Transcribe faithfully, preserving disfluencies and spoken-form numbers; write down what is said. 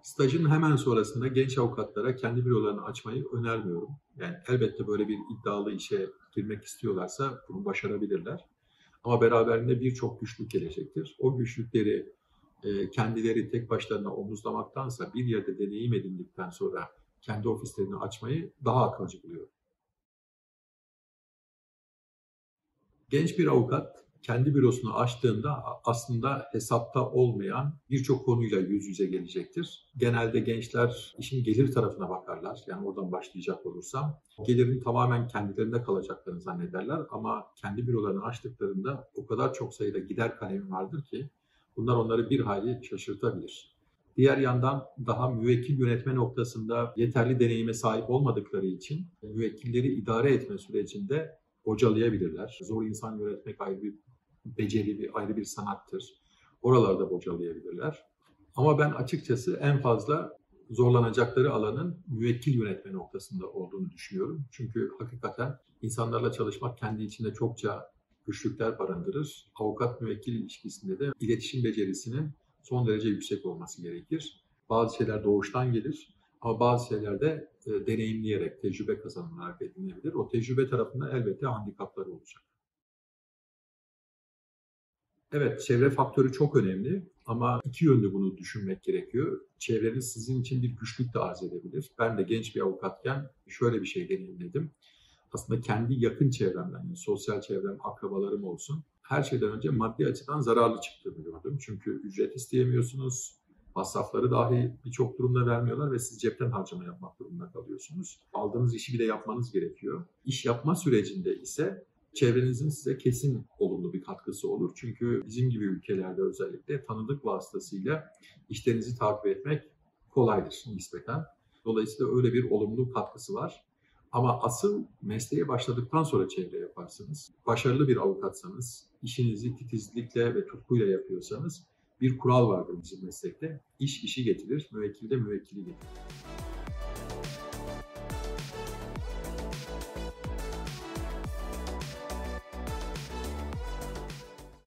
Stajın hemen sonrasında genç avukatlara kendi bürolarını açmayı önermiyorum. Yani elbette böyle bir iddialı işe girmek istiyorlarsa bunu başarabilirler. Ama beraberinde birçok güçlük gelecektir. O güçlükleri e, kendileri tek başlarına omuzlamaktansa bir yerde deneyim edindikten sonra kendi ofislerini açmayı daha akılcı buluyorum. Genç bir avukat kendi bürosunu açtığında aslında hesapta olmayan birçok konuyla yüz yüze gelecektir. Genelde gençler işin gelir tarafına bakarlar. Yani oradan başlayacak olursam. Gelirin tamamen kendilerinde kalacaklarını zannederler ama kendi bürolarını açtıklarında o kadar çok sayıda gider kalemi vardır ki bunlar onları bir hayli şaşırtabilir. Diğer yandan daha müvekkil yönetme noktasında yeterli deneyime sahip olmadıkları için müvekkilleri idare etme sürecinde bocalayabilirler. Zor insan yönetmek ayrı bir beceri, bir, ayrı bir sanattır. Oralarda bocalayabilirler. Ama ben açıkçası en fazla zorlanacakları alanın müvekkil yönetme noktasında olduğunu düşünüyorum. Çünkü hakikaten insanlarla çalışmak kendi içinde çokça güçlükler barındırır. Avukat müvekkil ilişkisinde de iletişim becerisinin son derece yüksek olması gerekir. Bazı şeyler doğuştan gelir ama bazı şeyler de e, deneyimleyerek, tecrübe kazanılarak edinebilir. O tecrübe tarafında elbette handikapları olacak. Evet, çevre faktörü çok önemli ama iki yönlü bunu düşünmek gerekiyor. Çevreniz sizin için bir güçlük de arz edebilir. Ben de genç bir avukatken şöyle bir şey deneyimledim. Aslında kendi yakın çevremden, yani sosyal çevrem, akrabalarım olsun, her şeyden önce maddi açıdan zararlı çıktığını gördüm. Çünkü ücret isteyemiyorsunuz, masrafları dahi birçok durumda vermiyorlar ve siz cepten harcama yapmak durumunda kalıyorsunuz. Aldığınız işi bile yapmanız gerekiyor. İş yapma sürecinde ise çevrenizin size kesin olumlu bir katkısı olur. Çünkü bizim gibi ülkelerde özellikle tanıdık vasıtasıyla işlerinizi takip etmek kolaydır nispeten. Dolayısıyla öyle bir olumlu katkısı var. Ama asıl mesleğe başladıktan sonra çevre yaparsınız. Başarılı bir avukatsanız, işinizi titizlikle ve tutkuyla yapıyorsanız bir kural vardır bizim meslekte. İş işi getirir, müvekkil de müvekkili getirir.